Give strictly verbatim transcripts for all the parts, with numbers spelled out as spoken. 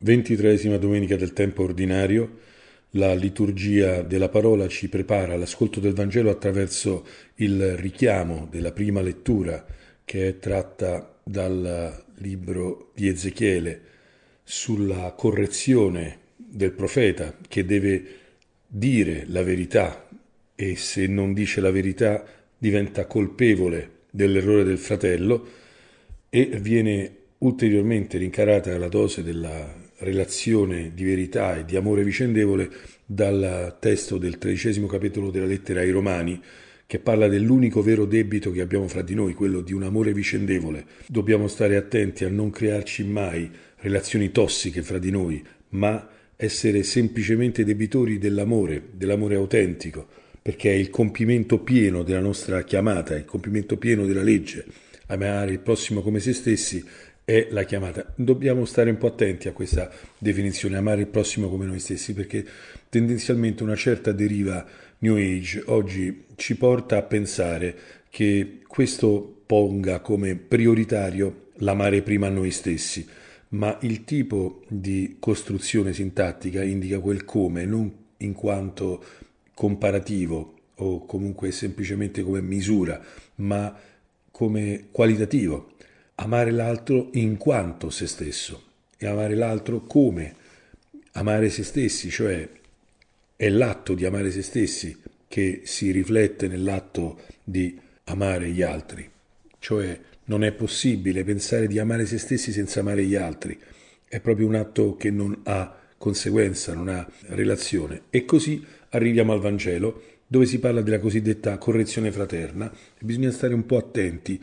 Ventitreesima domenica del tempo ordinario, la liturgia della parola ci prepara all'ascolto del Vangelo attraverso il richiamo della prima lettura che è tratta dal libro di Ezechiele sulla correzione del profeta che deve dire la verità e se non dice la verità diventa colpevole dell'errore del fratello e viene ulteriormente rincarata la dose della relazione di verità e di amore vicendevole dal testo del tredicesimo capitolo della lettera ai Romani, che parla dell'unico vero debito che abbiamo fra di noi, quello di un amore vicendevole. Dobbiamo stare attenti a non crearci mai relazioni tossiche fra di noi, ma essere semplicemente debitori dell'amore, dell'amore autentico, perché è il compimento pieno della nostra chiamata, è il compimento pieno della legge. Amare il prossimo come se stessi è la chiamata. Dobbiamo stare un po' attenti a questa definizione, amare il prossimo come noi stessi, perché tendenzialmente una certa deriva New Age oggi ci porta a pensare che questo ponga come prioritario l'amare prima a noi stessi, ma il tipo di costruzione sintattica indica quel come, non in quanto comparativo o comunque semplicemente come misura, ma come qualitativo. Amare l'altro in quanto se stesso e amare l'altro come amare se stessi, cioè è l'atto di amare se stessi che si riflette nell'atto di amare gli altri, cioè non è possibile pensare di amare se stessi senza amare gli altri, è proprio un atto che non ha conseguenza, non ha relazione. E così arriviamo al Vangelo, dove si parla della cosiddetta correzione fraterna e bisogna stare un po' attenti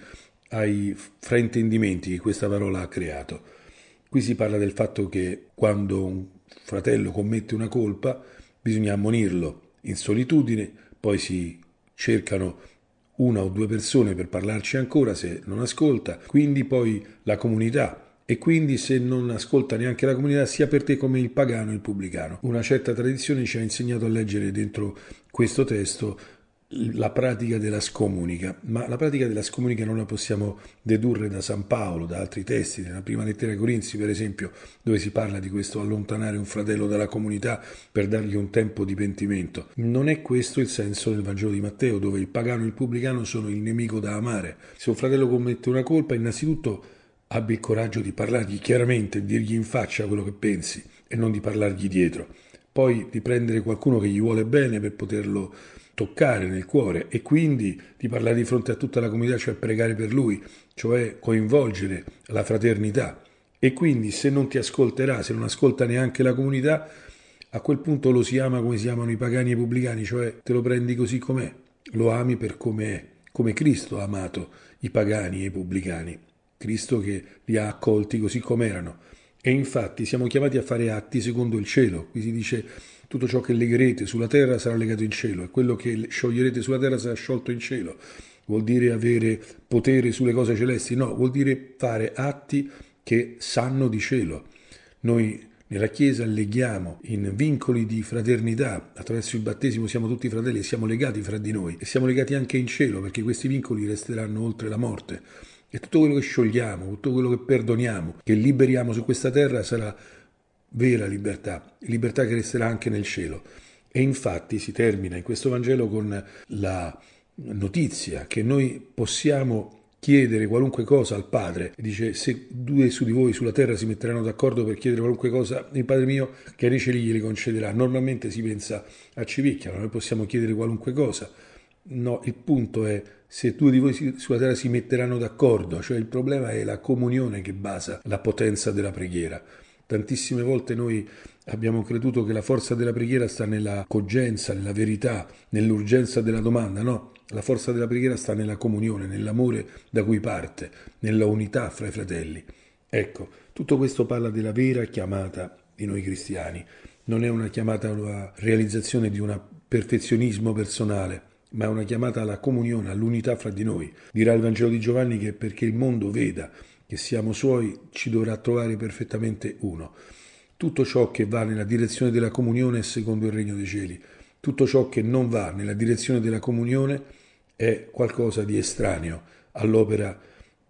ai fraintendimenti che questa parola ha creato. Qui si parla del fatto che quando un fratello commette una colpa bisogna ammonirlo in solitudine, poi si cercano una o due persone per parlarci ancora se non ascolta, quindi poi la comunità e quindi se non ascolta neanche la comunità sia per te come il pagano e il pubblicano. Una certa tradizione ci ha insegnato a leggere dentro questo testo la pratica della scomunica, ma la pratica della scomunica non la possiamo dedurre da San Paolo, da altri testi, nella prima lettera ai Corinzi per esempio, dove si parla di questo allontanare un fratello dalla comunità per dargli un tempo di pentimento. Non è questo il senso del Vangelo di Matteo, dove il pagano e il pubblicano sono il nemico da amare. Se un fratello commette una colpa, innanzitutto abbi il coraggio di parlargli chiaramente, di dirgli in faccia quello che pensi e non di parlargli dietro. Poi di prendere qualcuno che gli vuole bene per poterlo toccare nel cuore e quindi di parlare di fronte a tutta la comunità, cioè pregare per lui, cioè coinvolgere la fraternità. E quindi se non ti ascolterà, se non ascolta neanche la comunità, a quel punto lo si ama come si amano i pagani e i pubblicani, cioè te lo prendi così com'è, lo ami per come è, come Cristo ha amato i pagani e i pubblicani, Cristo che li ha accolti così com'erano. E infatti siamo chiamati a fare atti secondo il cielo. Qui si dice tutto ciò che legherete sulla terra sarà legato in cielo e quello che scioglierete sulla terra sarà sciolto in cielo. Vuol dire avere potere sulle cose celesti? No, vuol dire fare atti che sanno di cielo. Noi nella Chiesa leghiamo in vincoli di fraternità, attraverso il battesimo siamo tutti fratelli e siamo legati fra di noi e siamo legati anche in cielo perché questi vincoli resteranno oltre la morte. E tutto quello che sciogliamo, tutto quello che perdoniamo, che liberiamo su questa terra sarà vera libertà, libertà che resterà anche nel cielo. E infatti si termina in questo Vangelo con la notizia che noi possiamo chiedere qualunque cosa al Padre. Dice, se due su di voi sulla terra si metteranno d'accordo per chiedere qualunque cosa, il Padre mio che nei cieli glieli concederà. Normalmente si pensa a civicchia, ma noi possiamo chiedere qualunque cosa. No, il punto è se due di voi sulla terra si metteranno d'accordo, cioè il problema è la comunione che basa la potenza della preghiera. Tantissime volte noi abbiamo creduto che la forza della preghiera sta nella cogenza, nella verità, nell'urgenza della domanda, no, la forza della preghiera sta nella comunione, nell'amore da cui parte, nella unità fra i fratelli. Ecco, tutto questo parla della vera chiamata di noi cristiani, non è una chiamata alla realizzazione di un perfezionismo personale, ma è una chiamata alla comunione, all'unità fra di noi. Dirà il Vangelo di Giovanni che perché il mondo veda che siamo suoi ci dovrà trovare perfettamente uno. Tutto ciò che va nella direzione della comunione è secondo il regno dei cieli. Tutto ciò che non va nella direzione della comunione è qualcosa di estraneo all'opera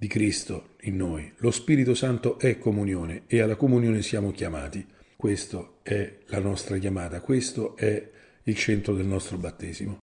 di Cristo in noi. Lo Spirito Santo è comunione e alla comunione siamo chiamati. Questa è la nostra chiamata, questo è il centro del nostro battesimo.